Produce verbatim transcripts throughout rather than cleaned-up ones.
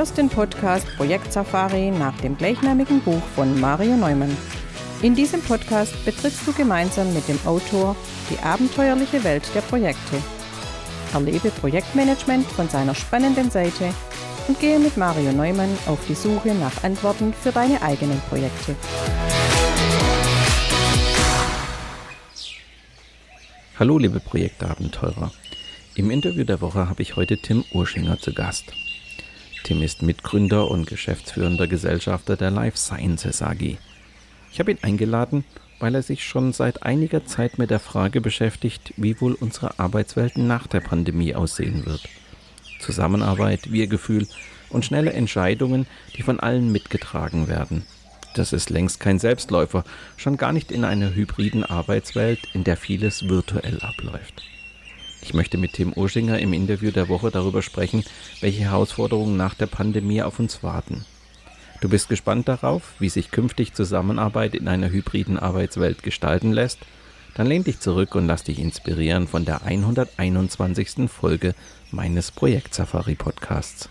hörst den Podcast Projekt Safari nach dem gleichnamigen Buch von Mario Neumann. In diesem Podcast betrittst du gemeinsam mit dem Autor die abenteuerliche Welt der Projekte. Erlebe Projektmanagement von seiner spannenden Seite und gehe mit Mario Neumann auf die Suche nach Antworten für deine eigenen Projekte. Hallo liebe Projektabenteurer. Im Interview der Woche habe ich heute Tim Urschinger zu Gast. Tim ist Mitgründer und geschäftsführender Gesellschafter der Life Sciences A G. Ich habe ihn eingeladen, weil er sich schon seit einiger Zeit mit der Frage beschäftigt, wie wohl unsere Arbeitswelt nach der Pandemie aussehen wird. Zusammenarbeit, Wir-Gefühl und schnelle Entscheidungen, die von allen mitgetragen werden. Das ist längst kein Selbstläufer, schon gar nicht in einer hybriden Arbeitswelt, in der vieles virtuell abläuft. Ich möchte mit Tim Urschinger im Interview der Woche darüber sprechen, welche Herausforderungen nach der Pandemie auf uns warten. Du bist gespannt darauf, wie sich künftig Zusammenarbeit in einer hybriden Arbeitswelt gestalten lässt? Dann lehn dich zurück und lass dich inspirieren von der hunderteinundzwanzigsten Folge meines Projekt Safari Podcasts.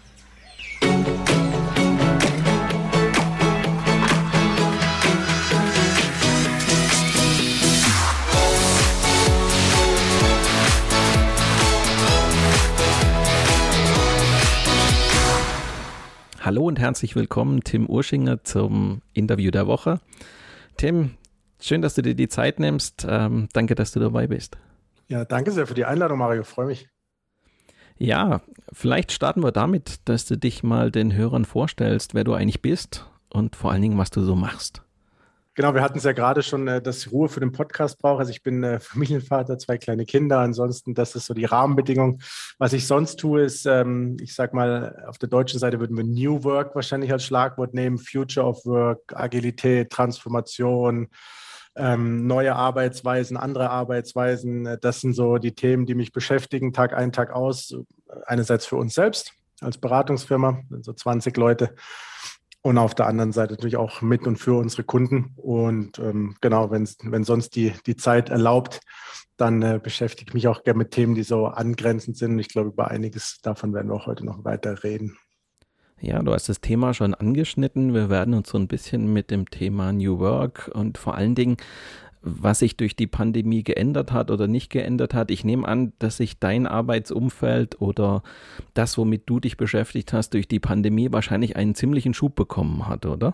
Hallo und herzlich willkommen, Tim Urschinger, zum Interview der Woche. Tim, schön, dass du dir die Zeit nimmst. Ähm, danke, dass du dabei bist. Ja, danke sehr für die Einladung, Mario. Freue mich. Ja, vielleicht starten wir damit, dass du dich mal den Hörern vorstellst, wer du eigentlich bist und vor allen Dingen, was du so machst. Genau, wir hatten es ja gerade schon, dass ich Ruhe für den Podcast brauche. Also ich bin äh, Familienvater, zwei kleine Kinder. Ansonsten, das ist so die Rahmenbedingung. Was ich sonst tue, ist, ähm, ich sag mal, auf der deutschen Seite würden wir New Work wahrscheinlich als Schlagwort nehmen. Future of Work, Agilität, Transformation, ähm, neue Arbeitsweisen, andere Arbeitsweisen. Das sind so die Themen, die mich beschäftigen, Tag ein, Tag aus. Einerseits für uns selbst als Beratungsfirma, so zwanzig Leute. Und auf der anderen Seite natürlich auch mit und für unsere Kunden. Und ähm, genau, wenn, wenn sonst die, die Zeit erlaubt, dann äh, beschäftige ich mich auch gerne mit Themen, die so angrenzend sind. Und ich glaube, über einiges davon werden wir auch heute noch weiter reden. Ja, du hast das Thema schon angeschnitten. Wir werden uns so ein bisschen mit dem Thema New Work und vor allen Dingen, was sich durch die Pandemie geändert hat oder nicht geändert hat. Ich nehme an, dass sich dein Arbeitsumfeld oder das, womit du dich beschäftigt hast, durch die Pandemie wahrscheinlich einen ziemlichen Schub bekommen hat, oder?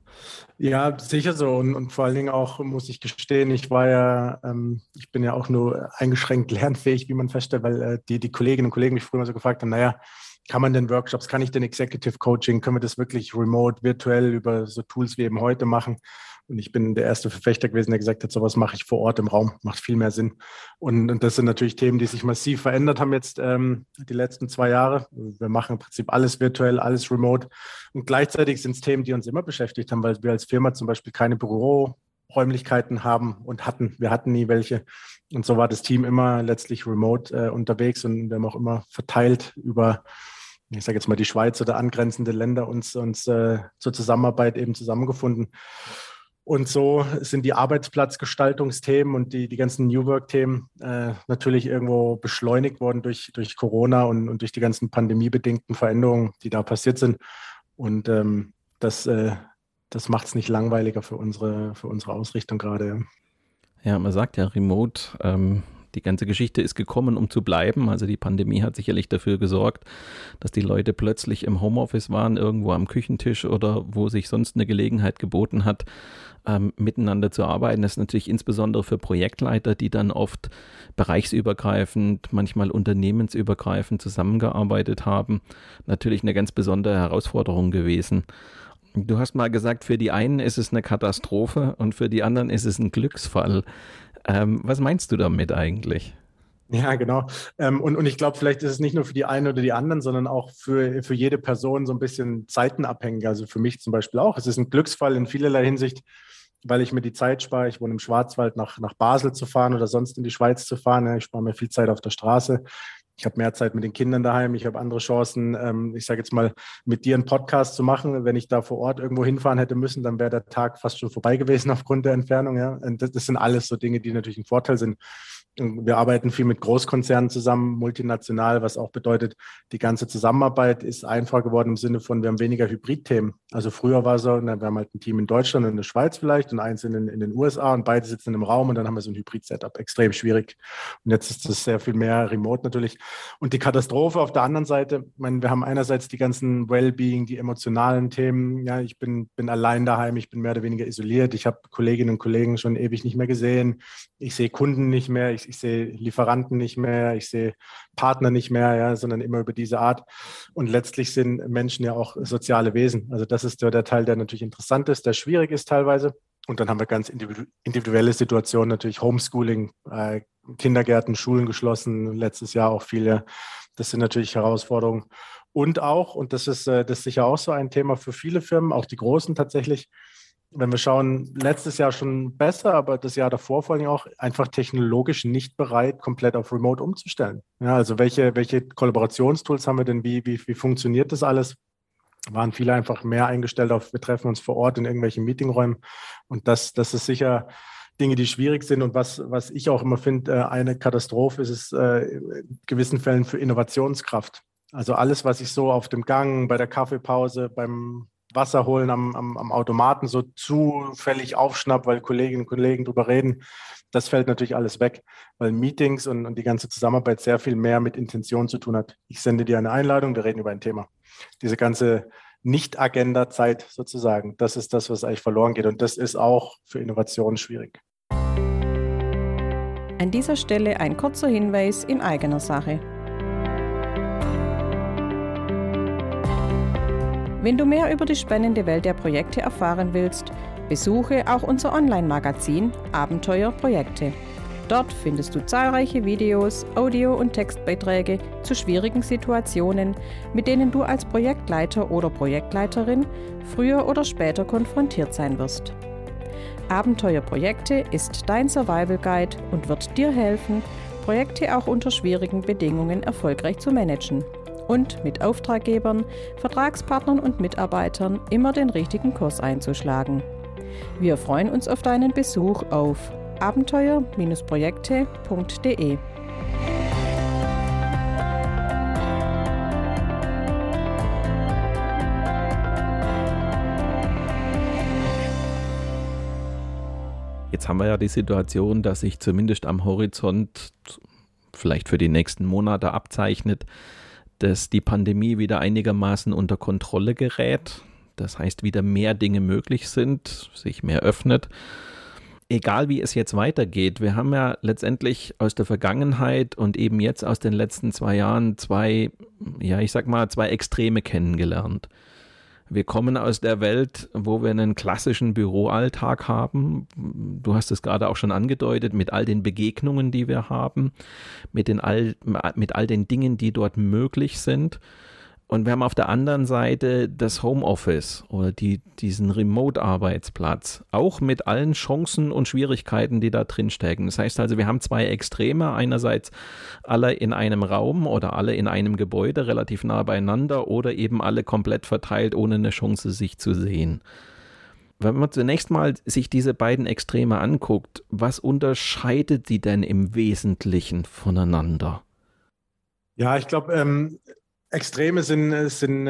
Ja, sicher so. Und, und vor allen Dingen auch, muss ich gestehen, ich war ja, ähm, ich bin ja auch nur eingeschränkt lernfähig, wie man feststellt, weil äh, die, die Kolleginnen und Kollegen mich früher mal so gefragt haben, naja, kann man denn Workshops, kann ich denn Executive Coaching, können wir das wirklich remote, virtuell über so Tools wie eben heute machen? Und ich bin der erste Verfechter gewesen, der gesagt hat, sowas mache ich vor Ort im Raum, macht viel mehr Sinn. Und, und das sind natürlich Themen, die sich massiv verändert haben jetzt ähm, die letzten zwei Jahre. Wir machen im Prinzip alles virtuell, alles remote. Und gleichzeitig sind es Themen, die uns immer beschäftigt haben, weil wir als Firma zum Beispiel keine Büroräumlichkeiten haben und hatten. Wir hatten nie welche. Und so war das Team immer letztlich remote äh, unterwegs und wir haben auch immer verteilt über, ich sage jetzt mal, die Schweiz oder angrenzende Länder uns, uns äh, zur Zusammenarbeit eben zusammengefunden. Und so sind die Arbeitsplatzgestaltungsthemen und die, die ganzen New Work-Themen äh, natürlich irgendwo beschleunigt worden durch, durch Corona und, und durch die ganzen pandemiebedingten Veränderungen, die da passiert sind. Und ähm, das, äh, das macht es nicht langweiliger für unsere, für unsere Ausrichtung gerade. Ja, man sagt ja remote, ähm die ganze Geschichte ist gekommen, um zu bleiben. Also die Pandemie hat sicherlich dafür gesorgt, dass die Leute plötzlich im Homeoffice waren, irgendwo am Küchentisch oder wo sich sonst eine Gelegenheit geboten hat, ähm, miteinander zu arbeiten. Das ist natürlich insbesondere für Projektleiter, die dann oft bereichsübergreifend, manchmal unternehmensübergreifend zusammengearbeitet haben, natürlich eine ganz besondere Herausforderung gewesen. Du hast mal gesagt, für die einen ist es eine Katastrophe und für die anderen ist es ein Glücksfall. Ähm, was meinst du damit eigentlich? Ja, genau. Ähm, und, und ich glaube, vielleicht ist es nicht nur für die einen oder die anderen, sondern auch für, für jede Person so ein bisschen zeitenabhängig. Also für mich zum Beispiel auch. Es ist ein Glücksfall in vielerlei Hinsicht, weil ich mir die Zeit spare. Ich wohne im Schwarzwald, nach, nach Basel zu fahren oder sonst in die Schweiz zu fahren. Ja, ich spare mir viel Zeit auf der Straße. Ich habe mehr Zeit mit den Kindern daheim. Ich habe andere Chancen, ähm, ich sage jetzt mal, mit dir einen Podcast zu machen. Wenn ich da vor Ort irgendwo hinfahren hätte müssen, dann wäre der Tag fast schon vorbei gewesen aufgrund der Entfernung. Ja? Und das, das sind alles so Dinge, die natürlich ein Vorteil sind. Wir arbeiten viel mit Großkonzernen zusammen, multinational, was auch bedeutet, die ganze Zusammenarbeit ist einfacher geworden im Sinne von, wir haben weniger Hybridthemen. Also früher war es so, wir haben halt ein Team in Deutschland und in der Schweiz vielleicht und eins in den, in den U S A und beide sitzen im Raum und dann haben wir so ein Hybrid-Setup. Extrem schwierig. Und jetzt ist das sehr viel mehr remote natürlich. Und die Katastrophe auf der anderen Seite, ich meine, wir haben einerseits die ganzen Wellbeing, die emotionalen Themen. Ja, ich bin, bin allein daheim, ich bin mehr oder weniger isoliert. Ich habe Kolleginnen und Kollegen schon ewig nicht mehr gesehen. Ich sehe Kunden nicht mehr. Ich Ich, ich sehe Lieferanten nicht mehr, ich sehe Partner nicht mehr, ja, sondern immer über diese Art. Und letztlich sind Menschen ja auch soziale Wesen. Also das ist der, der Teil, der natürlich interessant ist, der schwierig ist teilweise. Und dann haben wir ganz individu- individuelle Situationen, natürlich Homeschooling, äh, Kindergärten, Schulen geschlossen, letztes Jahr auch viele. Das sind natürlich Herausforderungen. Und auch, und das ist, äh, das ist sicher auch so ein Thema für viele Firmen, auch die großen tatsächlich, wenn wir schauen, letztes Jahr schon besser, aber das Jahr davor vor allem auch einfach technologisch nicht bereit, komplett auf Remote umzustellen. Ja, also welche, welche Kollaborationstools haben wir denn? Wie, wie, wie funktioniert das alles? Waren viele einfach mehr eingestellt auf, wir treffen uns vor Ort in irgendwelchen Meetingräumen. Und das, das ist sicher Dinge, die schwierig sind. Und was, was ich auch immer finde, eine Katastrophe ist es in gewissen Fällen für Innovationskraft. Also alles, was ich so auf dem Gang, bei der Kaffeepause, beim Wasser holen am, am, am Automaten so zufällig aufschnappt, weil Kolleginnen und Kollegen drüber reden, das fällt natürlich alles weg, weil Meetings und, und die ganze Zusammenarbeit sehr viel mehr mit Intention zu tun hat. Ich sende dir eine Einladung, wir reden über ein Thema. Diese ganze Nicht-Agenda-Zeit sozusagen, das ist das, was eigentlich verloren geht und das ist auch für Innovation schwierig. An dieser Stelle ein kurzer Hinweis in eigener Sache. Wenn du mehr über die spannende Welt der Projekte erfahren willst, besuche auch unser Online-Magazin Abenteuer Projekte. Dort findest du zahlreiche Videos, Audio- und Textbeiträge zu schwierigen Situationen, mit denen du als Projektleiter oder Projektleiterin früher oder später konfrontiert sein wirst. Abenteuer Projekte ist dein Survival Guide und wird dir helfen, Projekte auch unter schwierigen Bedingungen erfolgreich zu managen und mit Auftraggebern, Vertragspartnern und Mitarbeitern immer den richtigen Kurs einzuschlagen. Wir freuen uns auf deinen Besuch auf abenteuer Projekte punkt de. Jetzt haben wir ja die Situation, dass sich zumindest am Horizont vielleicht für die nächsten Monate abzeichnet, dass die Pandemie wieder einigermaßen unter Kontrolle gerät. Das heißt, wieder mehr Dinge möglich sind, sich mehr öffnet. Egal wie es jetzt weitergeht, wir haben ja letztendlich aus der Vergangenheit und eben jetzt aus den letzten zwei Jahren zwei, ja ich sag mal, zwei Extreme kennengelernt. Wir kommen aus der Welt, wo wir einen klassischen Büroalltag haben. Du hast es gerade auch schon angedeutet, mit all den Begegnungen, die wir haben, mit, den all, mit all den Dingen, die dort möglich sind. Und wir haben auf der anderen Seite das Homeoffice oder die, diesen Remote-Arbeitsplatz, auch mit allen Chancen und Schwierigkeiten, die da drin stecken. Das heißt also, wir haben zwei Extreme, einerseits alle in einem Raum oder alle in einem Gebäude relativ nah beieinander oder eben alle komplett verteilt, ohne eine Chance, sich zu sehen. Wenn man zunächst mal sich diese beiden Extreme anguckt, was unterscheidet die denn im Wesentlichen voneinander? Ja, ich glaube, ähm Extreme sind, sind,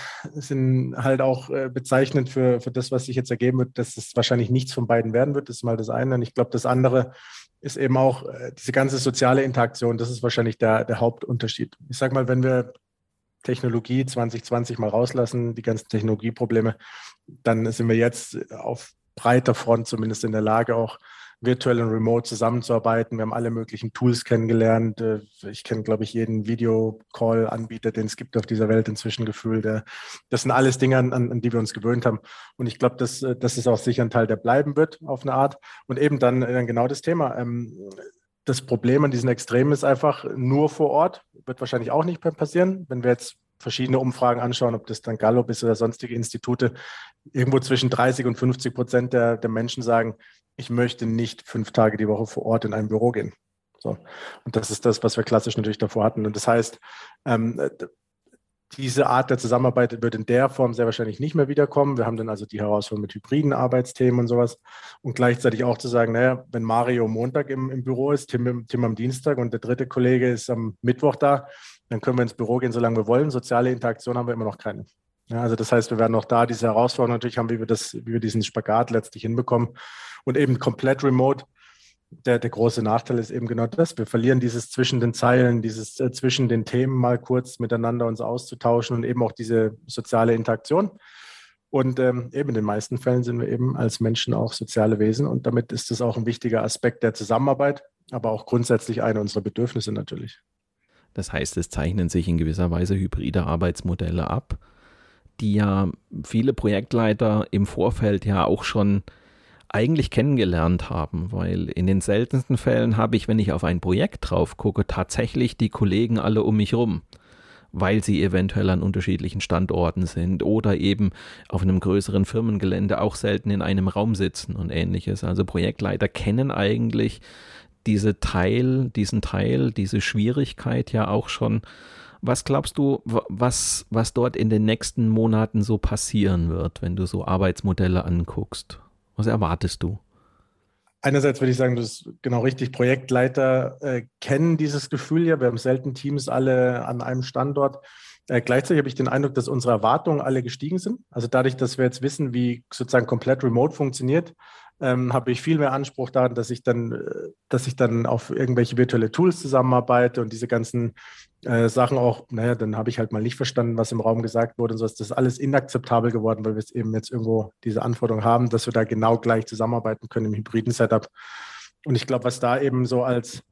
sind halt auch bezeichnend für, für das, was sich jetzt ergeben wird, dass es wahrscheinlich nichts von beiden werden wird. Das ist mal das eine. Und ich glaube, das andere ist eben auch diese ganze soziale Interaktion. Das ist wahrscheinlich der, der Hauptunterschied. Ich sage mal, wenn wir Technologie zwanzig zwanzig mal rauslassen, die ganzen Technologieprobleme, dann sind wir jetzt auf breiter Front zumindest in der Lage, auch virtuell und remote zusammenzuarbeiten. Wir haben alle möglichen Tools kennengelernt. Ich kenne, glaube ich, jeden Videocall-Anbieter, den es gibt auf dieser Welt inzwischen gefühlt. Das sind alles Dinge, an, an die wir uns gewöhnt haben. Und ich glaube, das, das ist auch sicher ein Teil, der bleiben wird auf eine Art. Und eben dann, dann genau das Thema. Das Problem an diesen Extremen ist einfach nur vor Ort. Wird wahrscheinlich auch nicht passieren, wenn wir jetzt verschiedene Umfragen anschauen, ob das dann Gallup ist oder sonstige Institute. Irgendwo zwischen dreißig und fünfzig Prozent der, der Menschen sagen, ich möchte nicht fünf Tage die Woche vor Ort in ein Büro gehen. So. Und das ist das, was wir klassisch natürlich davor hatten. Und das heißt, ähm, diese Art der Zusammenarbeit wird in der Form sehr wahrscheinlich nicht mehr wiederkommen. Wir haben dann also die Herausforderung mit hybriden Arbeitsthemen und sowas. Und gleichzeitig auch zu sagen, naja, wenn Mario Montag im, im Büro ist, Tim, Tim am Dienstag und der dritte Kollege ist am Mittwoch da, dann können wir ins Büro gehen, solange wir wollen. Soziale Interaktion haben wir immer noch keine. Ja, also das heißt, wir werden auch da diese Herausforderung natürlich haben, wie wir, das, wie wir diesen Spagat letztlich hinbekommen. Und eben komplett remote. Der, der große Nachteil ist eben genau das. Wir verlieren dieses zwischen den Zeilen, dieses äh, zwischen den Themen mal kurz miteinander uns auszutauschen und eben auch diese soziale Interaktion. Und ähm, eben in den meisten Fällen sind wir eben als Menschen auch soziale Wesen. Und damit ist das auch ein wichtiger Aspekt der Zusammenarbeit, aber auch grundsätzlich eine unserer Bedürfnisse natürlich. Das heißt, es zeichnen sich in gewisser Weise hybride Arbeitsmodelle ab, die ja viele Projektleiter im Vorfeld ja auch schon eigentlich kennengelernt haben, weil in den seltensten Fällen habe ich, wenn ich auf ein Projekt drauf gucke, tatsächlich die Kollegen alle um mich rum, weil sie eventuell an unterschiedlichen Standorten sind oder eben auf einem größeren Firmengelände auch selten in einem Raum sitzen und ähnliches. Also Projektleiter kennen eigentlich diese Teil, diesen Teil, diese Schwierigkeit ja auch schon. Was glaubst du, was, was dort in den nächsten Monaten so passieren wird, wenn du so Arbeitsmodelle anguckst? Was erwartest du? Einerseits würde ich sagen, das ist genau richtig. Projektleiter äh, kennen dieses Gefühl ja. Wir haben selten Teams alle an einem Standort. Äh, gleichzeitig habe ich den Eindruck, dass unsere Erwartungen alle gestiegen sind. Also dadurch, dass wir jetzt wissen, wie sozusagen komplett remote funktioniert, ähm, habe ich viel mehr Anspruch daran, dass ich dann, äh, dass ich dann auf irgendwelche virtuelle Tools zusammenarbeite und diese ganzen äh, Sachen auch, naja, dann habe ich halt mal nicht verstanden, was im Raum gesagt wurde und so. Das ist alles inakzeptabel geworden, weil wir es eben jetzt irgendwo diese Anforderung haben, dass wir da genau gleich zusammenarbeiten können im hybriden Setup. Und ich glaube, was da eben so als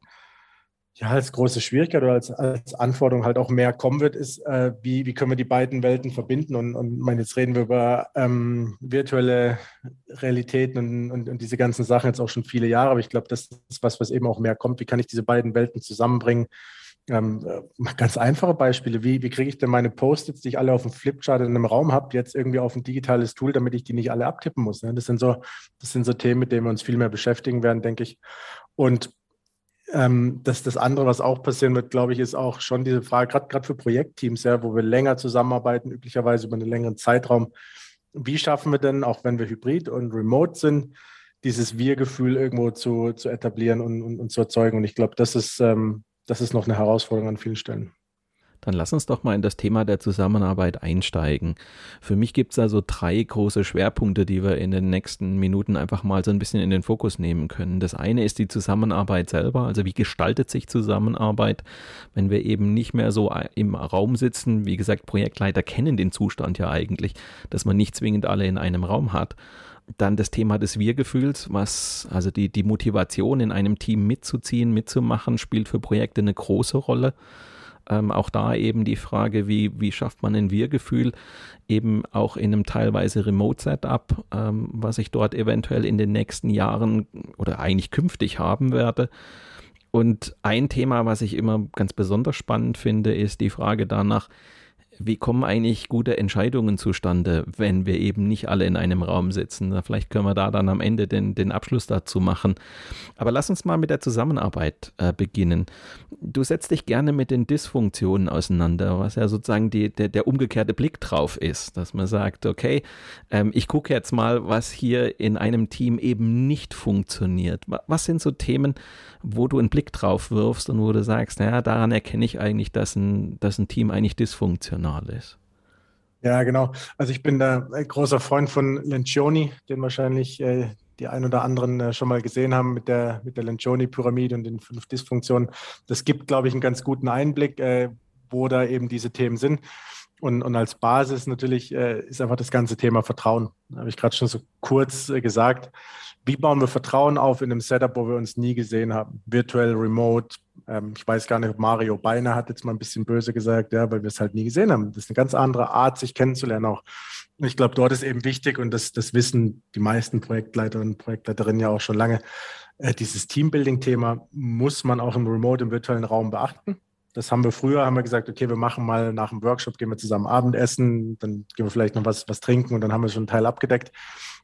ja, als große Schwierigkeit oder als, als Anforderung halt auch mehr kommen wird, ist, äh, wie, wie können wir die beiden Welten verbinden? Und, und ich meine, jetzt reden wir über ähm, virtuelle Realitäten und, und, und diese ganzen Sachen jetzt auch schon viele Jahre, aber ich glaube, das ist was, was eben auch mehr kommt. Wie kann ich diese beiden Welten zusammenbringen? Ähm, ganz einfache Beispiele. Wie, wie kriege ich denn meine Post-its, die ich alle auf dem Flipchart in einem Raum habe, jetzt irgendwie auf ein digitales Tool, damit ich die nicht alle abtippen muss? Ne? Das sind so, das sind so Themen, mit denen wir uns viel mehr beschäftigen werden, denke ich. Und Ähm, das, das andere, was auch passieren wird, glaube ich, ist auch schon diese Frage, gerade für Projektteams, ja, wo wir länger zusammenarbeiten, üblicherweise über einen längeren Zeitraum. Wie schaffen wir denn, auch wenn wir hybrid und remote sind, dieses Wir-Gefühl irgendwo zu, zu etablieren und, und, und zu erzeugen? Und ich glaube, das ist, ähm, das ist noch eine Herausforderung an vielen Stellen. Dann lass uns doch mal in das Thema der Zusammenarbeit einsteigen. Für mich gibt es also drei große Schwerpunkte, die wir in den nächsten Minuten einfach mal so ein bisschen in den Fokus nehmen können. Das eine ist die Zusammenarbeit selber, also wie gestaltet sich Zusammenarbeit, wenn wir eben nicht mehr so im Raum sitzen. Wie gesagt, Projektleiter kennen den Zustand ja eigentlich, dass man nicht zwingend alle in einem Raum hat. Dann das Thema des Wir-Gefühls, was, also die, die Motivation in einem Team mitzuziehen, mitzumachen, spielt für Projekte eine große Rolle. Ähm, auch da eben die Frage, wie, wie schafft man ein Wir-Gefühl, eben auch in einem teilweise Remote-Setup, ähm, was ich dort eventuell in den nächsten Jahren oder eigentlich künftig haben werde. Und ein Thema, was ich immer ganz besonders spannend finde, ist die Frage danach, wie kommen eigentlich gute Entscheidungen zustande, wenn wir eben nicht alle in einem Raum sitzen? Vielleicht können wir da dann am Ende den, den Abschluss dazu machen. Aber lass uns mal mit der Zusammenarbeit äh, beginnen. Du setzt dich gerne mit den Dysfunktionen auseinander, was ja sozusagen die, der, der umgekehrte Blick drauf ist, dass man sagt, okay, ähm, ich gucke jetzt mal, was hier in einem Team eben nicht funktioniert. Was sind so Themen, wo du einen Blick drauf wirfst und wo du sagst, naja, daran erkenne ich eigentlich, dass ein, dass ein Team eigentlich dysfunktional ist? Ja, genau. Also ich bin da ein großer Freund von Lencioni, den wahrscheinlich äh, die ein oder anderen äh, schon mal gesehen haben mit der, mit der Lencioni-Pyramide und den fünf Dysfunktionen. Das gibt, glaube ich, einen ganz guten Einblick, äh, wo da eben diese Themen sind. Und, und als Basis natürlich äh, ist einfach das ganze Thema Vertrauen. Da habe ich gerade schon so kurz äh, gesagt. Wie bauen wir Vertrauen auf in einem Setup, wo wir uns nie gesehen haben? Virtuell, remote. Ähm, ich weiß gar nicht, ob Mario Beiner hat jetzt mal ein bisschen böse gesagt, ja, weil wir es halt nie gesehen haben. Das ist eine ganz andere Art, sich kennenzulernen auch. Und ich glaube, dort ist eben wichtig, und das, das wissen die meisten Projektleiter und Projektleiterinnen ja auch schon lange, äh, dieses Teambuilding-Thema muss man auch im Remote, im virtuellen Raum beachten. Das haben wir früher, haben wir gesagt, okay, wir machen mal nach dem Workshop, gehen wir zusammen Abendessen, dann gehen wir vielleicht noch was, was trinken und dann haben wir schon einen Teil abgedeckt.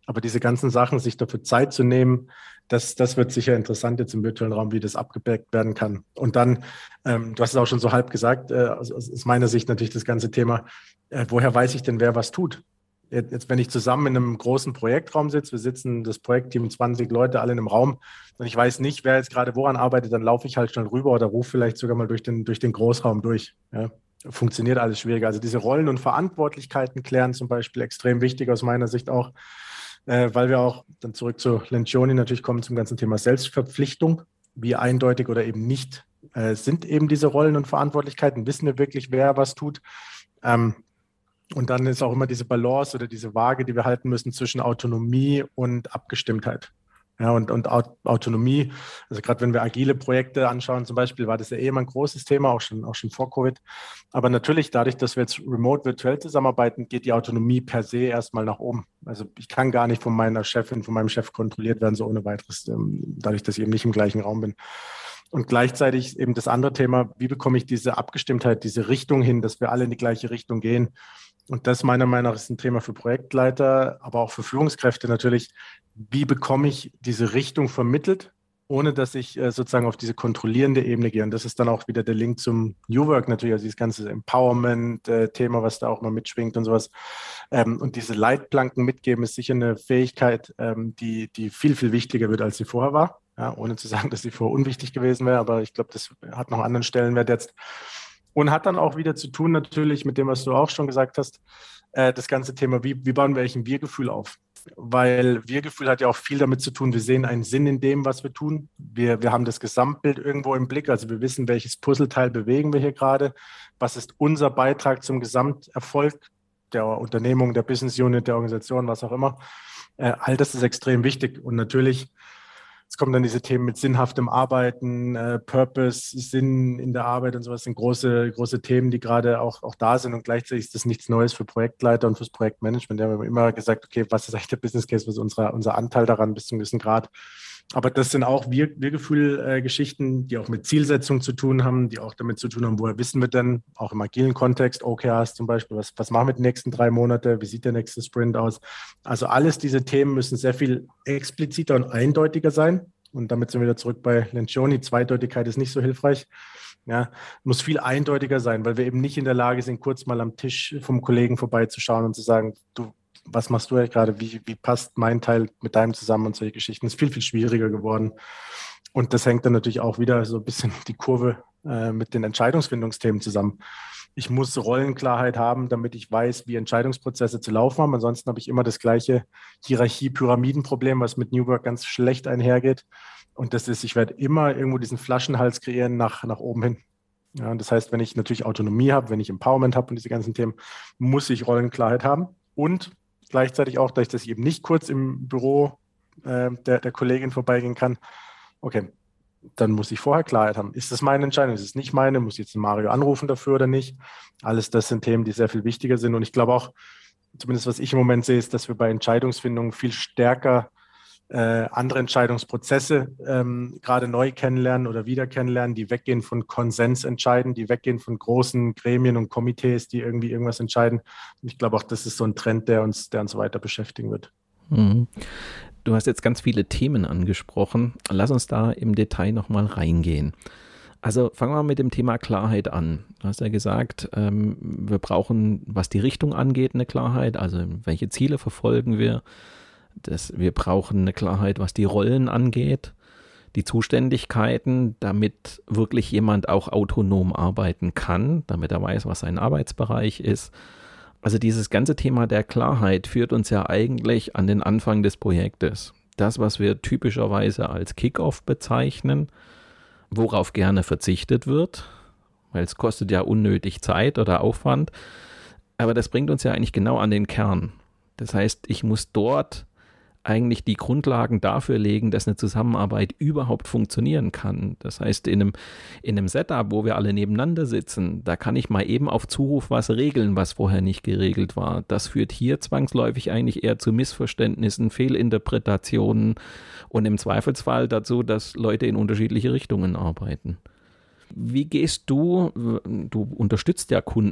Aber diese ganzen Sachen, sich dafür Zeit zu nehmen, das, das wird sicher interessant jetzt im virtuellen Raum, wie das abgedeckt werden kann. Und dann, ähm, du hast es auch schon so halb gesagt, äh, aus, aus meiner Sicht natürlich das ganze Thema, äh, woher weiß ich denn, wer was tut? Jetzt, jetzt, wenn ich zusammen in einem großen Projektraum sitze, wir sitzen, das Projektteam, zwanzig Leute, alle in einem Raum, und ich weiß nicht, wer jetzt gerade woran arbeitet, dann laufe ich halt schnell rüber oder rufe vielleicht sogar mal durch den, durch den Großraum durch. Ja. Funktioniert alles schwieriger. Also diese Rollen und Verantwortlichkeiten klären zum Beispiel extrem wichtig aus meiner Sicht auch, äh, weil wir auch dann zurück zu Lencioni natürlich kommen zum ganzen Thema Selbstverpflichtung. Wie eindeutig oder eben nicht äh, sind eben diese Rollen und Verantwortlichkeiten? Wissen wir wirklich, wer was tut? Ähm, und dann ist auch immer diese Balance oder diese Waage, die wir halten müssen zwischen Autonomie und Abgestimmtheit. Ja, und, und Autonomie, also gerade wenn wir agile Projekte anschauen, zum Beispiel, war das ja eh immer ein großes Thema, auch schon, auch schon vor Covid. Aber natürlich, dadurch, dass wir jetzt remote virtuell zusammenarbeiten, geht die Autonomie per se erstmal nach oben. Also ich kann gar nicht von meiner Chefin, von meinem Chef kontrolliert werden, so ohne weiteres, dadurch, dass ich eben nicht im gleichen Raum bin. Und gleichzeitig eben das andere Thema, wie bekomme ich diese Abgestimmtheit, diese Richtung hin, dass wir alle in die gleiche Richtung gehen. Und das meiner Meinung nach ist ein Thema für Projektleiter, aber auch für Führungskräfte natürlich. Wie bekomme ich diese Richtung vermittelt, ohne dass ich äh, sozusagen auf diese kontrollierende Ebene gehe? Und das ist dann auch wieder der Link zum New Work natürlich, also dieses ganze Empowerment-Thema, äh, was da auch mal mitschwingt und sowas. Ähm, und diese Leitplanken mitgeben ist sicher eine Fähigkeit, ähm, die, die viel, viel wichtiger wird, als sie vorher war. Ja, ohne zu sagen, dass sie vorher unwichtig gewesen wäre, aber ich glaube, das hat noch einen anderen Stellenwert jetzt. Und hat dann auch wieder zu tun natürlich mit dem, was du auch schon gesagt hast, äh, das ganze Thema, wie, wie bauen wir eigentlich ein Wir-Gefühl auf? Weil Wir-Gefühl hat ja auch viel damit zu tun, wir sehen einen Sinn in dem, was wir tun. Wir, wir haben das Gesamtbild irgendwo im Blick, also wir wissen, welches Puzzleteil bewegen wir hier gerade. Was ist unser Beitrag zum Gesamterfolg der Unternehmung, der Business Unit, der Organisation, was auch immer. Äh, all das ist extrem wichtig. Und natürlich, es kommen dann diese Themen mit sinnhaftem Arbeiten, äh, Purpose, Sinn in der Arbeit und sowas, sind große, große Themen, die gerade auch, auch da sind. Und gleichzeitig ist das nichts Neues für Projektleiter und fürs Projektmanagement. Wir haben immer gesagt, okay, was ist eigentlich der Business Case, was ist unser, unser Anteil daran bis zu einem gewissen Grad. Aber das sind auch Wir- Wir-Gefühl-Geschichten, die auch mit Zielsetzung zu tun haben, die auch damit zu tun haben, woher wissen wir denn, auch im agilen Kontext, O K Rs zum Beispiel, was, was machen wir die nächsten drei Monate, wie sieht der nächste Sprint aus? Also alles diese Themen müssen sehr viel expliziter und eindeutiger sein. Und damit sind wir wieder zurück bei Lencioni. Zweideutigkeit ist nicht so hilfreich. Ja, muss viel eindeutiger sein, weil wir eben nicht in der Lage sind, kurz mal am Tisch vom Kollegen vorbeizuschauen und zu sagen, du, was machst du eigentlich gerade, wie, wie passt mein Teil mit deinem zusammen und solche Geschichten. Das ist viel, viel schwieriger geworden. Und das hängt dann natürlich auch wieder so ein bisschen die Kurve äh, mit den Entscheidungsfindungsthemen zusammen. Ich muss Rollenklarheit haben, damit ich weiß, wie Entscheidungsprozesse zu laufen haben. Ansonsten habe ich immer das gleiche Hierarchie-Pyramidenproblem, was mit New Work ganz schlecht einhergeht. Und das ist, ich werde immer irgendwo diesen Flaschenhals kreieren nach, nach oben hin. Ja, das heißt, wenn ich natürlich Autonomie habe, wenn ich Empowerment habe und diese ganzen Themen, muss ich Rollenklarheit haben. Und gleichzeitig auch, dass ich eben nicht kurz im Büro äh, der, der Kollegin vorbeigehen kann. Okay, dann muss ich vorher Klarheit haben. Ist das meine Entscheidung? Ist es nicht meine? Muss ich jetzt Mario anrufen dafür oder nicht? Alles das sind Themen, die sehr viel wichtiger sind. Und ich glaube auch, zumindest was ich im Moment sehe, ist, dass wir bei Entscheidungsfindung viel stärker äh, andere Entscheidungsprozesse ähm, gerade neu kennenlernen oder wieder kennenlernen, die weggehen von Konsens entscheiden, die weggehen von großen Gremien und Komitees, die irgendwie irgendwas entscheiden. Und ich glaube auch, das ist so ein Trend, der uns, der uns weiter beschäftigen wird. Mhm. Du hast jetzt ganz viele Themen angesprochen. Lass uns da im Detail nochmal reingehen. Also fangen wir mit dem Thema Klarheit an. Du hast ja gesagt, ähm, wir brauchen, was die Richtung angeht, eine Klarheit. Also welche Ziele verfolgen wir? Das, wir brauchen eine Klarheit, was die Rollen angeht, die Zuständigkeiten, damit wirklich jemand auch autonom arbeiten kann, damit er weiß, was sein Arbeitsbereich ist. Also dieses ganze Thema der Klarheit führt uns ja eigentlich an den Anfang des Projektes. Das, was wir typischerweise als Kick-Off bezeichnen, worauf gerne verzichtet wird, weil es kostet ja unnötig Zeit oder Aufwand. Aber das bringt uns ja eigentlich genau an den Kern. Das heißt, ich muss dort eigentlich die Grundlagen dafür legen, dass eine Zusammenarbeit überhaupt funktionieren kann. Das heißt, in einem, in einem Setup, wo wir alle nebeneinander sitzen, da kann ich mal eben auf Zuruf was regeln, was vorher nicht geregelt war. Das führt hier zwangsläufig eigentlich eher zu Missverständnissen, Fehlinterpretationen und im Zweifelsfall dazu, dass Leute in unterschiedliche Richtungen arbeiten. Wie gehst du, du unterstützt ja Kunden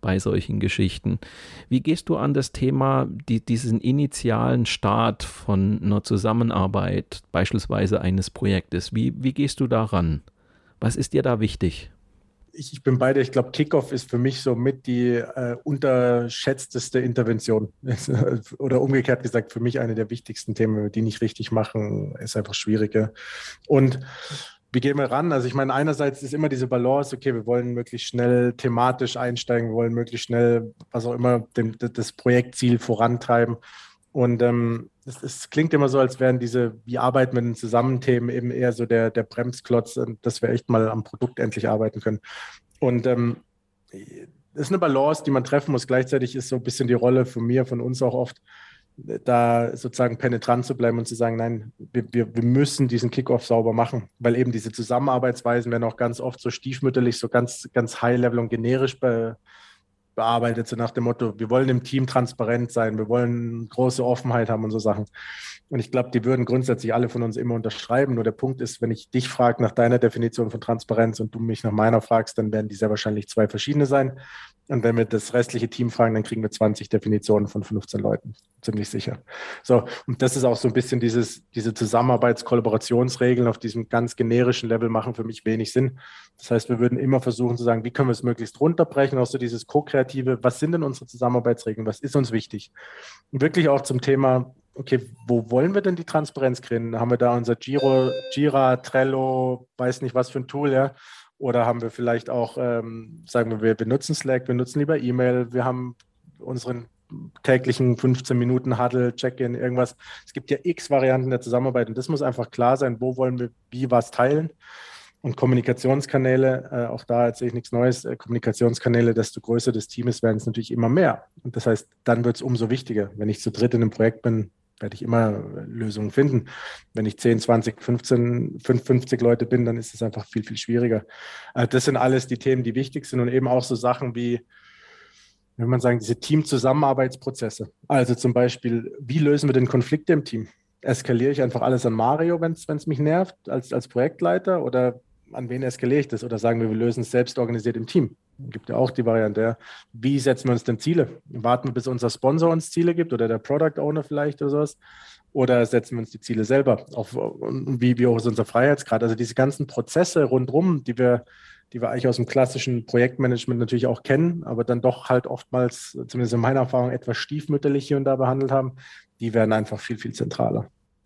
bei solchen Geschichten. Wie gehst du an das Thema, die, diesen initialen Start von einer Zusammenarbeit, beispielsweise eines Projektes? Wie, wie gehst du daran? Was ist dir da wichtig? Ich, ich bin bei dir. Ich glaube, Kickoff ist für mich so mit die äh, unterschätzteste Intervention. Oder umgekehrt gesagt, für mich eine der wichtigsten Themen. Wenn wir die nicht richtig machen, ist einfach schwieriger. Und wie gehen wir ran? Also ich meine, einerseits ist immer diese Balance, okay, wir wollen möglichst schnell thematisch einsteigen, wir wollen möglichst schnell, was auch immer, dem, das Projektziel vorantreiben. Und ähm, es, es klingt immer so, als wären diese, wie arbeiten wir denn zusammen, Themen eben eher so der, der Bremsklotz, dass wir echt mal am Produkt endlich arbeiten können. Und ähm, das ist eine Balance, die man treffen muss. Gleichzeitig ist so ein bisschen die Rolle von mir, von uns auch oft, da sozusagen penetrant zu bleiben und zu sagen, nein, wir, wir, wir müssen diesen Kickoff sauber machen, weil eben diese Zusammenarbeitsweisen werden auch ganz oft so stiefmütterlich, so ganz, ganz high-level und generisch be, bearbeitet, so nach dem Motto, wir wollen im Team transparent sein, wir wollen große Offenheit haben und so Sachen. Und ich glaube, die würden grundsätzlich alle von uns immer unterschreiben. Nur der Punkt ist, wenn ich dich frage nach deiner Definition von Transparenz und du mich nach meiner fragst, dann werden die sehr wahrscheinlich zwei verschiedene sein. Und wenn wir das restliche Team fragen, dann kriegen wir zwanzig Definitionen von fünfzehn Leuten. Ziemlich sicher. So, und das ist auch so ein bisschen dieses, diese Zusammenarbeits-Kollaborationsregeln auf diesem ganz generischen Level machen für mich wenig Sinn. Das heißt, wir würden immer versuchen zu sagen, wie können wir es möglichst runterbrechen, auch so dieses Co-Kreative, was sind denn unsere Zusammenarbeitsregeln, was ist uns wichtig? Und wirklich auch zum Thema, okay, wo wollen wir denn die Transparenz kriegen? Haben wir da unser Giro, Jira, Trello, weiß nicht was für ein Tool, ja? Oder haben wir vielleicht auch, ähm, sagen wir, wir benutzen Slack, wir nutzen lieber E-Mail, wir haben unseren täglichen fünfzehn Minuten Huddle, Check-in, irgendwas. Es gibt ja x Varianten der Zusammenarbeit und das muss einfach klar sein, wo wollen wir wie was teilen. Und Kommunikationskanäle, äh, auch da erzähle ich nichts Neues, äh, Kommunikationskanäle, desto größer das Team ist, werden es natürlich immer mehr. Und das heißt, dann wird es umso wichtiger. Wenn ich zu dritt in einem Projekt bin, werde ich immer Lösungen finden. Wenn ich zehn, zwanzig, fünfzehn, fünfzig Leute bin, dann ist es einfach viel, viel schwieriger. Äh, das sind alles die Themen, die wichtig sind und eben auch so Sachen wie, wenn man sagen, diese Team-Zusammenarbeitsprozesse. Also zum Beispiel, wie lösen wir denn Konflikte im Team? Eskaliere ich einfach alles an Mario, wenn es mich nervt, als, als Projektleiter? Oder an wen eskaliere ich das? Oder sagen wir, wir lösen es selbst organisiert im Team? Gibt ja auch die Variante, ja. Wie setzen wir uns denn Ziele? Warten wir, bis unser Sponsor uns Ziele gibt oder der Product Owner vielleicht oder sowas? Oder setzen wir uns die Ziele selber? Auf, und wie, wie hoch ist unser Freiheitsgrad? Also diese ganzen Prozesse rundherum, die wir, die wir eigentlich aus dem klassischen Projektmanagement natürlich auch kennen, aber dann doch halt oftmals, zumindest in meiner Erfahrung, etwas stiefmütterlich hier und da behandelt haben, die werden einfach viel, viel zentraler.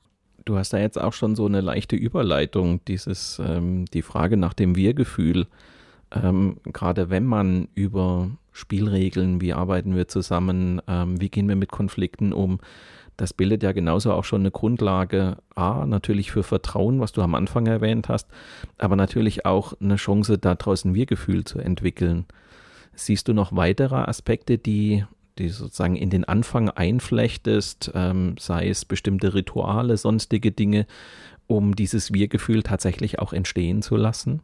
Du hast da jetzt auch schon so eine leichte Überleitung, dieses, ähm, die Frage nach dem Wir-Gefühl. Ähm, gerade wenn man über Spielregeln, wie arbeiten wir zusammen, ähm, wie gehen wir mit Konflikten um, das bildet ja genauso auch schon eine Grundlage, A, natürlich für Vertrauen, was du am Anfang erwähnt hast, aber natürlich auch eine Chance, daraus ein Wir-Gefühl zu entwickeln. Siehst du noch weitere Aspekte, die, die sozusagen in den Anfang einflechtest, ähm, sei es bestimmte Rituale, sonstige Dinge, um dieses Wir-Gefühl tatsächlich auch entstehen zu lassen?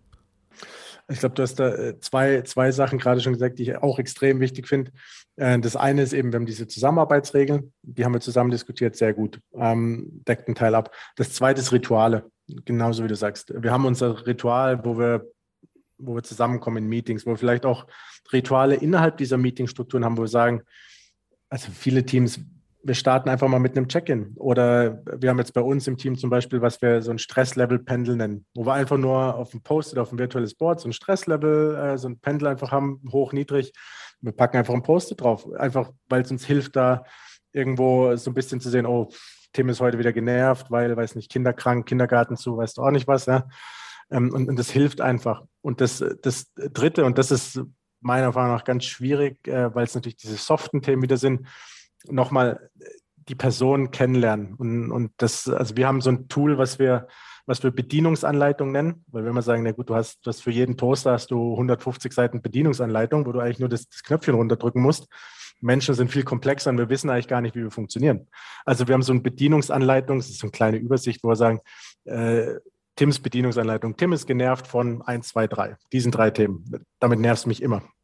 Ich glaube, du hast da zwei, zwei Sachen gerade schon gesagt, die ich auch extrem wichtig finde. Das eine ist eben, wir haben diese Zusammenarbeitsregeln, die haben wir zusammen diskutiert, sehr gut, ähm, deckt einen Teil ab. Das zweite ist Rituale, genauso wie du sagst. Wir haben unser Ritual, wo wir, wo wir zusammenkommen in Meetings, wo wir vielleicht auch Rituale innerhalb dieser Meetingstrukturen haben, wo wir sagen, also viele Teams, wir starten einfach mal mit einem Check-in. Oder wir haben jetzt bei uns im Team zum Beispiel, was wir so ein Stresslevel-Pendel nennen, wo wir einfach nur auf dem Post-it, auf dem virtuelles Board so ein Stresslevel, äh, so ein Pendel einfach haben, hoch, niedrig. Wir packen einfach ein Post-it drauf, einfach weil es uns hilft, da irgendwo so ein bisschen zu sehen, oh, Tim ist heute wieder genervt, weil, weiß nicht, kinderkrank, Kindergarten zu, weißt du auch nicht was. Ja? Ähm, und, und das hilft einfach. Und das, das Dritte, und das ist meiner Erfahrung nach ganz schwierig, äh, weil es natürlich diese soften Themen wieder sind, nochmal die Person kennenlernen. Und, und das, also wir haben so ein Tool, was wir, was wir Bedienungsanleitung nennen, weil wenn wir sagen, na gut, du hast, du hast für jeden Toaster hast du hundertfünfzig Seiten Bedienungsanleitung, wo du eigentlich nur das, das Knöpfchen runterdrücken musst. Menschen sind viel komplexer und wir wissen eigentlich gar nicht, wie wir funktionieren. Also wir haben so eine Bedienungsanleitung, das ist so eine kleine Übersicht, wo wir sagen, äh, Tims Bedienungsanleitung. Tim ist genervt von eins, zwei, drei. Diesen drei Themen. Damit nervst du mich immer.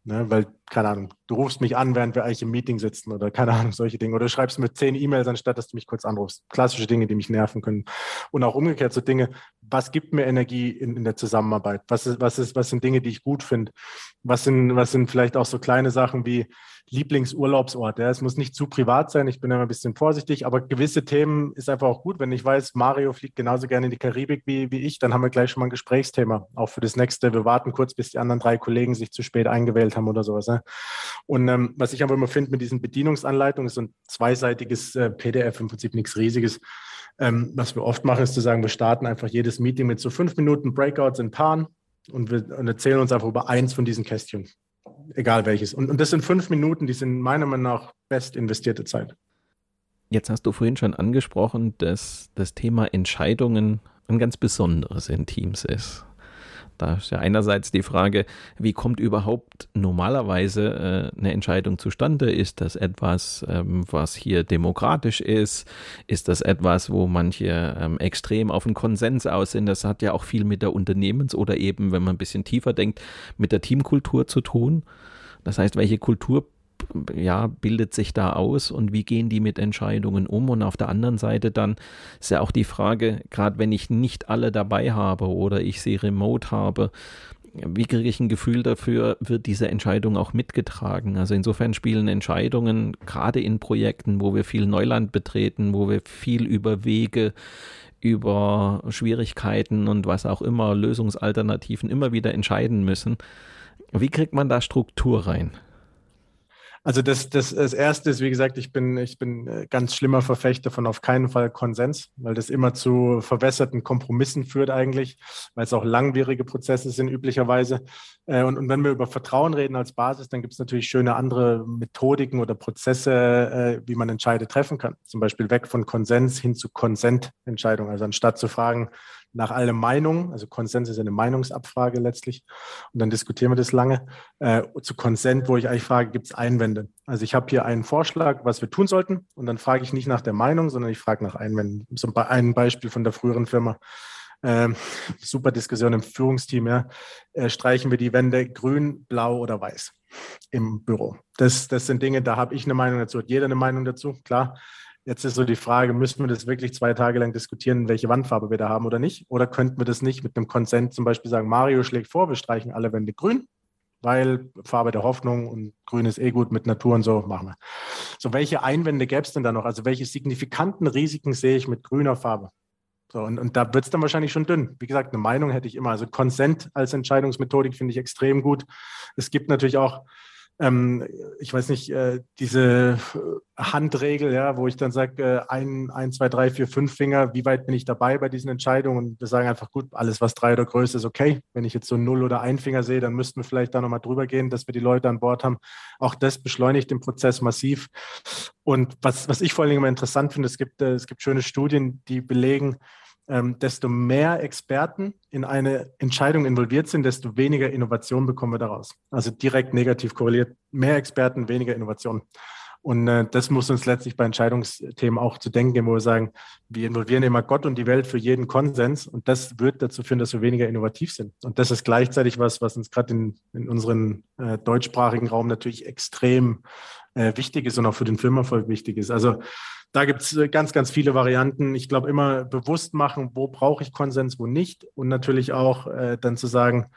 Ne? Weil, keine Ahnung, du rufst mich an, während wir eigentlich im Meeting sitzen oder keine Ahnung, solche Dinge. Oder du schreibst mir zehn E-Mails, anstatt dass du mich kurz anrufst. Klassische Dinge, die mich nerven können. Und auch umgekehrt so Dinge, was gibt mir Energie in, in der Zusammenarbeit? Was ist, was ist, was sind Dinge, die ich gut finde? Was sind, was sind vielleicht auch so kleine Sachen wie Lieblingsurlaubsort? Ja? Es muss nicht zu privat sein, ich bin immer ein bisschen vorsichtig, aber gewisse Themen ist einfach auch gut. Wenn ich weiß, Mario fliegt genauso gerne in die Karibik wie, wie ich, dann haben wir gleich schon mal ein Gesprächsthema, auch für das nächste. Wir warten kurz, bis die anderen drei Kollegen sich zu spät eingewählt haben oder sowas. Ne? Und ähm, was ich aber immer finde mit diesen Bedienungsanleitungen, ist so ein zweiseitiges äh, P D F, im Prinzip nichts Riesiges. Ähm, was wir oft machen, ist zu sagen, wir starten einfach jedes Meeting mit so fünf Minuten Breakouts in Paaren und wir und erzählen uns einfach über eins von diesen Kästchen. Egal welches. Und, und das sind fünf Minuten, die sind meiner Meinung nach best investierte Zeit. Jetzt hast du vorhin schon angesprochen, dass das Thema Entscheidungen ein ganz besonderes in Teams ist. Da ist ja einerseits die Frage, wie kommt überhaupt normalerweise äh, eine Entscheidung zustande? Ist das etwas, ähm, was hier demokratisch ist? Ist das etwas, wo manche ähm, extrem auf einen Konsens aus sind? Das hat ja auch viel mit der Unternehmens- oder eben, wenn man ein bisschen tiefer denkt, mit der Teamkultur zu tun. Das heißt, welche Kultur ja, bildet sich da aus und wie gehen die mit Entscheidungen um? Und auf der anderen Seite dann ist ja auch die Frage, gerade wenn ich nicht alle dabei habe oder ich sie remote habe, wie kriege ich ein Gefühl dafür, wird diese Entscheidung auch mitgetragen? Also insofern spielen Entscheidungen, gerade in Projekten, wo wir viel Neuland betreten, wo wir viel über Wege, über Schwierigkeiten und was auch immer, Lösungsalternativen immer wieder entscheiden müssen. Wie kriegt man da Struktur rein? Also das, das, das Erste ist, wie gesagt, ich bin, ich bin ganz schlimmer Verfechter von auf keinen Fall Konsens, weil das immer zu verwässerten Kompromissen führt eigentlich, weil es auch langwierige Prozesse sind üblicherweise. Und, und wenn wir über Vertrauen reden als Basis, dann gibt es natürlich schöne andere Methodiken oder Prozesse, wie man Entscheide treffen kann. Zum Beispiel weg von Konsens hin zu Konsententscheidung. Also anstatt zu fragen, nach alle Meinungen, also Konsens ist eine Meinungsabfrage letztlich, und dann diskutieren wir das lange, äh, zu Konsent, wo ich eigentlich frage, gibt es Einwände? Also ich habe hier einen Vorschlag, was wir tun sollten, und dann frage ich nicht nach der Meinung, sondern ich frage nach Einwänden. So ein Beispiel von der früheren Firma, äh, super Diskussion im Führungsteam, ja, äh, streichen wir die Wände grün, blau oder weiß im Büro. Das, das sind Dinge, da habe ich eine Meinung dazu, hat jeder eine Meinung dazu, klar. Jetzt ist so die Frage, müssen wir das wirklich zwei Tage lang diskutieren, welche Wandfarbe wir da haben oder nicht? Oder könnten wir das nicht mit einem Konsent zum Beispiel sagen, Mario schlägt vor, wir streichen alle Wände grün, weil Farbe der Hoffnung und grün ist eh gut mit Natur und so, machen wir. So, welche Einwände gäbe es denn da noch? Also welche signifikanten Risiken sehe ich mit grüner Farbe? So, und, und da wird es dann wahrscheinlich schon dünn. Wie gesagt, eine Meinung hätte ich immer. Also Konsent als Entscheidungsmethodik finde ich extrem gut. Es gibt natürlich auch Ähm, ich weiß nicht, äh, diese Handregel, ja, wo ich dann sage, äh, ein, ein, zwei, drei, vier, fünf Finger, wie weit bin ich dabei bei diesen Entscheidungen? Und wir sagen einfach, gut, alles, was drei oder größer ist, okay. Wenn ich jetzt so null oder ein Finger sehe, dann müssten wir vielleicht da nochmal drüber gehen, dass wir die Leute an Bord haben. Auch das beschleunigt den Prozess massiv. Und was, was ich vor allen Dingen immer interessant finde, es gibt, äh, es gibt schöne Studien, die belegen, Ähm, desto mehr Experten in eine Entscheidung involviert sind, desto weniger Innovation bekommen wir daraus. Also direkt negativ korreliert. Mehr Experten, weniger Innovation. Und äh, das muss uns letztlich bei Entscheidungsthemen auch zu denken geben, wo wir sagen, wir involvieren immer Gott und die Welt für jeden Konsens, und das wird dazu führen, dass wir weniger innovativ sind. Und das ist gleichzeitig was, was uns gerade in, in unserem äh, deutschsprachigen Raum natürlich extrem äh, wichtig ist und auch für den Firmenerfolg wichtig ist. Also da gibt es ganz, ganz viele Varianten. Ich glaube, immer bewusst machen, wo brauche ich Konsens, wo nicht. Und natürlich auch äh, dann zu sagen,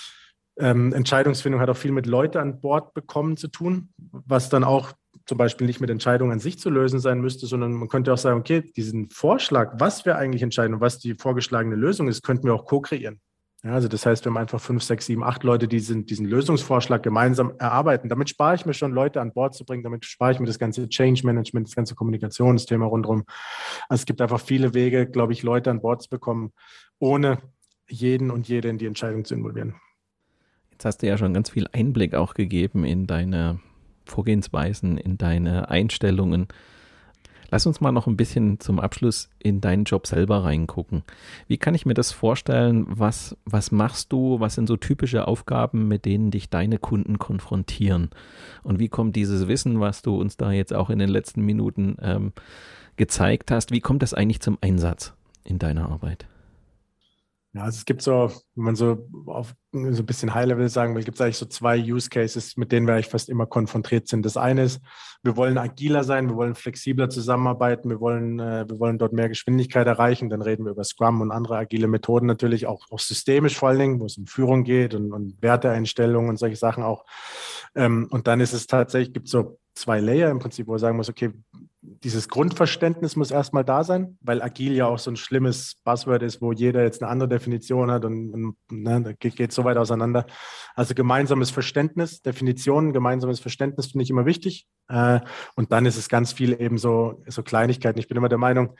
ähm, Entscheidungsfindung hat auch viel mit Leute an Bord bekommen zu tun, was dann auch zum Beispiel nicht mit Entscheidungen an sich zu lösen sein müsste, sondern man könnte auch sagen, okay, diesen Vorschlag, was wir eigentlich entscheiden und was die vorgeschlagene Lösung ist, könnten wir auch co-kreieren. Ja, also das heißt, wir haben einfach fünf, sechs, sieben, acht Leute, die diesen, diesen Lösungsvorschlag gemeinsam erarbeiten. Damit spare ich mir schon, Leute an Bord zu bringen. Damit spare ich mir das ganze Change Management, das ganze Kommunikationsthema rundherum. Also es gibt einfach viele Wege, glaube ich, Leute an Bord zu bekommen, ohne jeden und jede in die Entscheidung zu involvieren. Jetzt hast du ja schon ganz viel Einblick auch gegeben in deine Vorgehensweisen, in deine Einstellungen. Lass uns mal noch ein bisschen zum Abschluss in deinen Job selber reingucken. Wie kann ich mir das vorstellen? Was, was machst du? Was sind so typische Aufgaben, mit denen dich deine Kunden konfrontieren? Und wie kommt dieses Wissen, was du uns da jetzt auch in den letzten Minuten ähm, gezeigt hast, wie kommt das eigentlich zum Einsatz in deiner Arbeit? Ja, also es gibt so, wenn man so auf so ein bisschen High-Level sagen will, gibt es eigentlich so zwei Use Cases, mit denen wir eigentlich fast immer konfrontiert sind. Das eine ist, wir wollen agiler sein, wir wollen flexibler zusammenarbeiten, wir wollen, äh, wir wollen dort mehr Geschwindigkeit erreichen. Dann reden wir über Scrum und andere agile Methoden natürlich, auch, auch systemisch vor allen Dingen, wo es um Führung geht und, und Werteeinstellungen und solche Sachen auch. Ähm, und dann ist es tatsächlich, gibt es so zwei Layer im Prinzip, wo man sagen muss, okay, dieses Grundverständnis muss erstmal da sein, weil agil ja auch so ein schlimmes Buzzword ist, wo jeder jetzt eine andere Definition hat und, und ne, da geht, geht so weit auseinander. Also gemeinsames Verständnis, Definitionen, gemeinsames Verständnis finde ich immer wichtig. Äh, und dann ist es ganz viel eben so, so Kleinigkeiten. Ich bin immer der Meinung,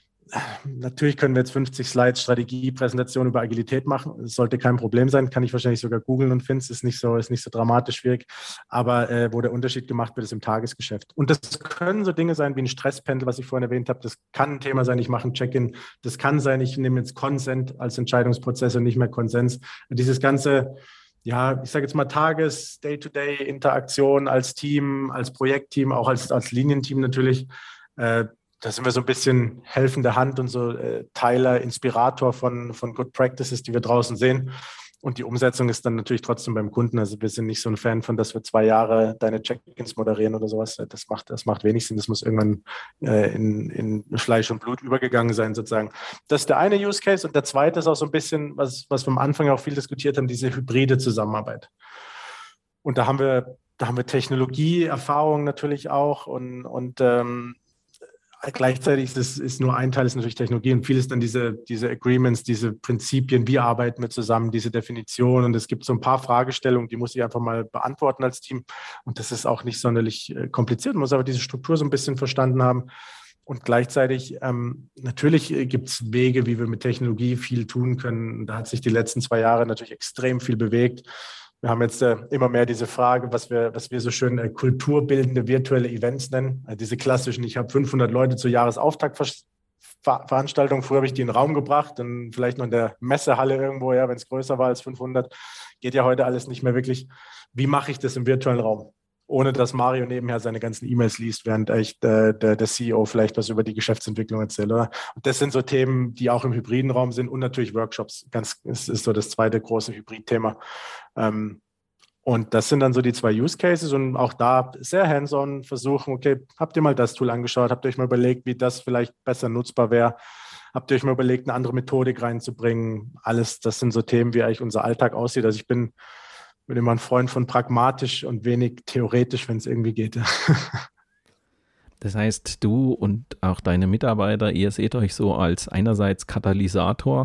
natürlich können wir jetzt fünfzig Slides Strategiepräsentation über Agilität machen. Das sollte kein Problem sein. Kann ich wahrscheinlich sogar googeln und finde es. Ist nicht so, ist nicht so dramatisch schwierig. Aber äh, wo der Unterschied gemacht wird, ist im Tagesgeschäft. Und das können so Dinge sein wie ein Stresspendel, was ich vorhin erwähnt habe. Das kann ein Thema sein, ich mache ein Check-in. Das kann sein, ich nehme jetzt Consent als Entscheidungsprozess und nicht mehr Konsens. Dieses ganze, ja, ich sage jetzt mal Tages-, Day-to-Day-Interaktion als Team, als Projektteam, auch als, als Linienteam natürlich, äh, da sind wir so ein bisschen helfende Hand und so äh, Teiler, Inspirator von, von Good Practices, die wir draußen sehen. Und die Umsetzung ist dann natürlich trotzdem beim Kunden. Also wir sind nicht so ein Fan von, dass wir zwei Jahre deine Check-ins moderieren oder sowas. Das macht, das macht wenig Sinn. Das muss irgendwann äh, in, in Fleisch und Blut übergegangen sein sozusagen. Das ist der eine Use Case. Und der zweite ist auch so ein bisschen, was, was wir am Anfang auch viel diskutiert haben, diese hybride Zusammenarbeit. Und da haben wir, da haben wir Technologieerfahrung natürlich auch und, und ähm, gleichzeitig ist, es, ist nur ein Teil, ist natürlich Technologie und vieles dann diese, diese Agreements, diese Prinzipien, wie arbeiten wir zusammen, diese Definition und es gibt so ein paar Fragestellungen, die muss ich einfach mal beantworten als Team und das ist auch nicht sonderlich kompliziert, man muss aber diese Struktur so ein bisschen verstanden haben und gleichzeitig ähm, natürlich gibt es Wege, wie wir mit Technologie viel tun können. Da hat sich die letzten zwei Jahre natürlich extrem viel bewegt. Wir haben jetzt äh, immer mehr diese Frage, was wir, was wir so schön äh, kulturbildende virtuelle Events nennen. Äh, diese klassischen, ich habe fünfhundert Leute zur Jahresauftaktveranstaltung. Früher habe ich die in den Raum gebracht, dann vielleicht noch in der Messehalle irgendwo, ja, wenn es größer war als fünfhundert. Geht ja heute alles nicht mehr wirklich. Wie mache ich das im virtuellen Raum? Ohne dass Mario nebenher seine ganzen E-Mails liest, während echt äh, der, der C E O vielleicht was über die Geschäftsentwicklung erzählt. Oder? Und das sind so Themen, die auch im hybriden Raum sind und natürlich Workshops. Ganz, ist, ist so das zweite große Hybrid-Thema. Ähm, und das sind dann so die zwei Use Cases und auch da sehr hands-on versuchen, okay, habt ihr mal das Tool angeschaut? Habt ihr euch mal überlegt, wie das vielleicht besser nutzbar wäre? Habt ihr euch mal überlegt, eine andere Methodik reinzubringen? Alles, das sind so Themen, wie eigentlich unser Alltag aussieht. Also ich bin bin immer ein Freund von pragmatisch und wenig theoretisch, wenn es irgendwie geht. Das heißt, du und auch deine Mitarbeiter, ihr seht euch so als einerseits Katalysator,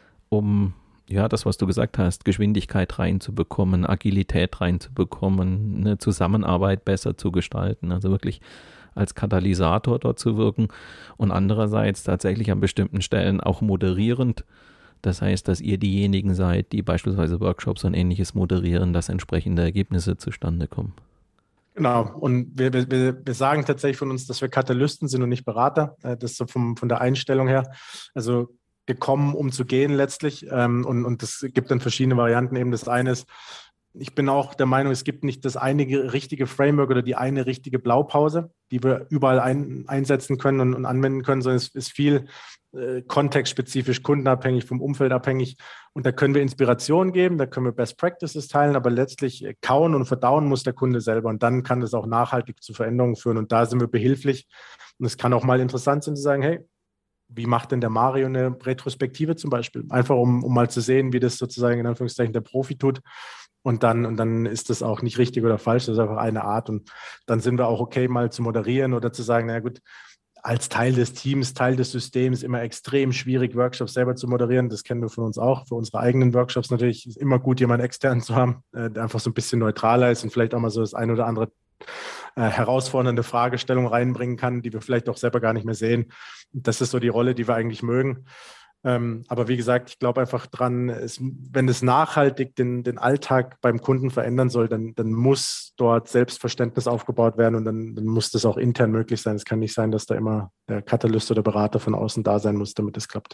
um ja das, was du gesagt hast, Geschwindigkeit reinzubekommen, Agilität reinzubekommen, eine Zusammenarbeit besser zu gestalten, also wirklich als Katalysator dort zu wirken und andererseits tatsächlich an bestimmten Stellen auch moderierend. Das heißt, dass ihr diejenigen seid, die beispielsweise Workshops und Ähnliches moderieren, dass entsprechende Ergebnisse zustande kommen. Genau, und wir, wir, wir sagen tatsächlich von uns, dass wir Katalysten sind und nicht Berater. Das ist so vom, von der Einstellung her. Also gekommen, um zu gehen letztlich. Und, und das gibt dann verschiedene Varianten. Eben das eine ist, ich bin auch der Meinung, es gibt nicht das eine richtige Framework oder die eine richtige Blaupause, die wir überall ein, einsetzen können und, und anwenden können, sondern es ist viel äh, kontextspezifisch, kundenabhängig, vom Umfeld abhängig. Und da können wir Inspiration geben, da können wir Best Practices teilen, aber letztlich äh, kauen und verdauen muss der Kunde selber. Und dann kann das auch nachhaltig zu Veränderungen führen. Und da sind wir behilflich. Und es kann auch mal interessant sein zu sagen, hey, wie macht denn der Mario eine Retrospektive zum Beispiel? Einfach um, um mal zu sehen, wie das sozusagen in Anführungszeichen der Profi tut. Und dann, und dann ist das auch nicht richtig oder falsch, das ist einfach eine Art. Und dann sind wir auch okay, mal zu moderieren oder zu sagen, na gut, als Teil des Teams, Teil des Systems immer extrem schwierig, Workshops selber zu moderieren. Das kennen wir von uns auch. Für unsere eigenen Workshops natürlich ist immer gut, jemanden extern zu haben, der einfach so ein bisschen neutraler ist und vielleicht auch mal so das ein oder andere äh, herausfordernde Fragestellung reinbringen kann, die wir vielleicht auch selber gar nicht mehr sehen. Das ist so die Rolle, die wir eigentlich mögen. Ähm, aber wie gesagt, ich glaube einfach dran, es, wenn es nachhaltig den, den Alltag beim Kunden verändern soll, dann, dann muss dort Selbstverständnis aufgebaut werden und dann, dann muss das auch intern möglich sein. Es kann nicht sein, dass da immer der Katalyst oder Berater von außen da sein muss, damit es klappt.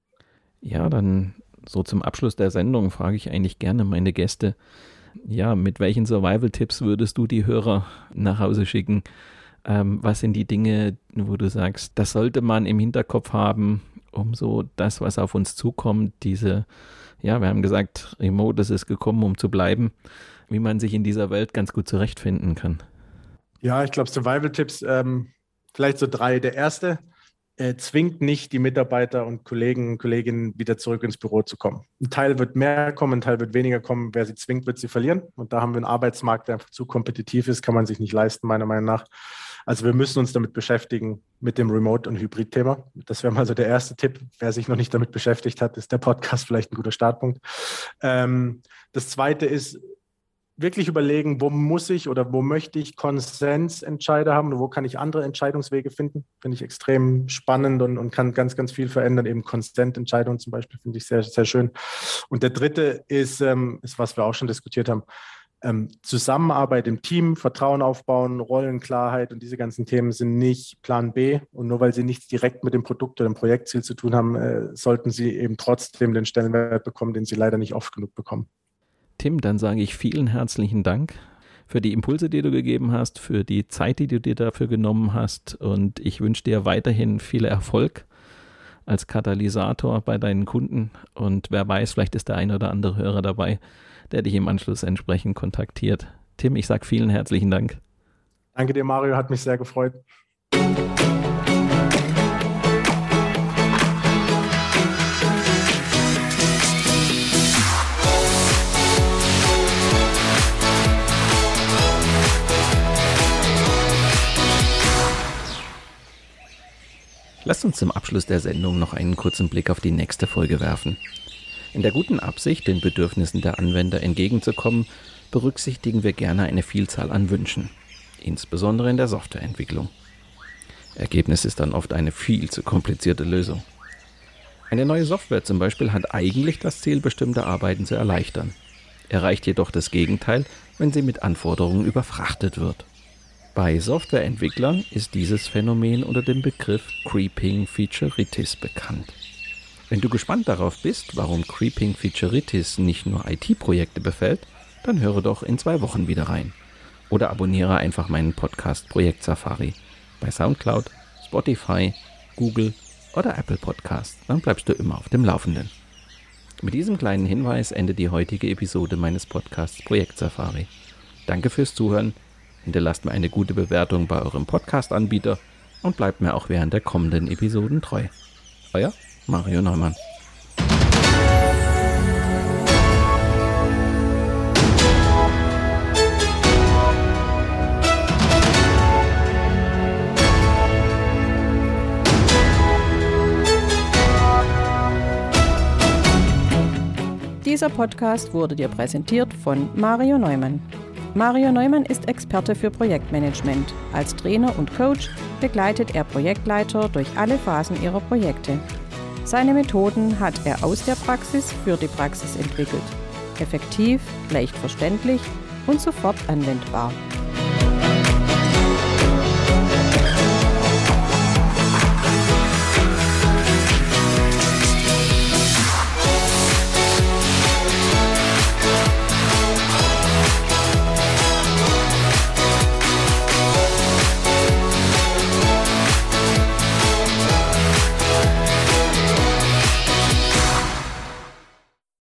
Ja, dann so zum Abschluss der Sendung frage ich eigentlich gerne meine Gäste, ja, mit welchen Survival-Tipps würdest du die Hörer nach Hause schicken? Ähm, was sind die Dinge, wo du sagst, das sollte man im Hinterkopf haben, um so das, was auf uns zukommt, diese, ja, wir haben gesagt, Remote, das ist gekommen, um zu bleiben, wie man sich in dieser Welt ganz gut zurechtfinden kann. Ja, ich glaube, Survival-Tipps, ähm, vielleicht so drei. Der erste, äh, zwingt nicht die Mitarbeiter und Kollegen und Kolleginnen wieder zurück ins Büro zu kommen. Ein Teil wird mehr kommen, ein Teil wird weniger kommen. Wer sie zwingt, wird sie verlieren. Und da haben wir einen Arbeitsmarkt, der einfach zu kompetitiv ist, kann man sich nicht leisten, meiner Meinung nach. Also wir müssen uns damit beschäftigen, mit dem Remote- und Hybrid-Thema. Das wäre mal so der erste Tipp. Wer sich noch nicht damit beschäftigt hat, ist der Podcast vielleicht ein guter Startpunkt. Ähm, das zweite ist, wirklich überlegen, wo muss ich oder wo möchte ich Konsensentscheider haben und wo kann ich andere Entscheidungswege finden. Finde ich extrem spannend und, und kann ganz, ganz viel verändern. Eben Konsensentscheidungen zum Beispiel finde ich sehr, sehr schön. Und der dritte ist, ähm, ist was wir auch schon diskutiert haben, ähm, Zusammenarbeit im Team, Vertrauen aufbauen, Rollenklarheit und diese ganzen Themen sind nicht Plan B. Und nur weil sie nichts direkt mit dem Produkt oder dem Projektziel zu tun haben, äh, sollten sie eben trotzdem den Stellenwert bekommen, den sie leider nicht oft genug bekommen. Tim, dann sage ich vielen herzlichen Dank für die Impulse, die du gegeben hast, für die Zeit, die du dir dafür genommen hast und ich wünsche dir weiterhin viel Erfolg als Katalysator bei deinen Kunden und wer weiß, vielleicht ist der ein oder andere Hörer dabei, der dich im Anschluss entsprechend kontaktiert. Tim, ich sage vielen herzlichen Dank. Danke dir, Mario, hat mich sehr gefreut. Lasst uns zum Abschluss der Sendung noch einen kurzen Blick auf die nächste Folge werfen. In der guten Absicht, den Bedürfnissen der Anwender entgegenzukommen, berücksichtigen wir gerne eine Vielzahl an Wünschen, insbesondere in der Softwareentwicklung. Ergebnis ist dann oft eine viel zu komplizierte Lösung. Eine neue Software zum Beispiel hat eigentlich das Ziel, bestimmte Arbeiten zu erleichtern, erreicht jedoch das Gegenteil, wenn sie mit Anforderungen überfrachtet wird. Bei Softwareentwicklern ist dieses Phänomen unter dem Begriff Creeping Featureitis bekannt. Wenn du gespannt darauf bist, warum Creeping Featureitis nicht nur I T-Projekte befällt, dann höre doch in zwei Wochen wieder rein. Oder abonniere einfach meinen Podcast Projekt Safari bei Soundcloud, Spotify, Google oder Apple Podcasts. Dann bleibst du immer auf dem Laufenden. Mit diesem kleinen Hinweis endet die heutige Episode meines Podcasts Projekt Safari. Danke fürs Zuhören. Hinterlasst mir eine gute Bewertung bei eurem Podcast-Anbieter und bleibt mir auch während der kommenden Episoden treu. Euer Mario Neumann. Dieser Podcast wurde dir präsentiert von Mario Neumann. Mario Neumann ist Experte für Projektmanagement. Als Trainer und Coach begleitet er Projektleiter durch alle Phasen ihrer Projekte. Seine Methoden hat er aus der Praxis für die Praxis entwickelt. Effektiv, leicht verständlich und sofort anwendbar.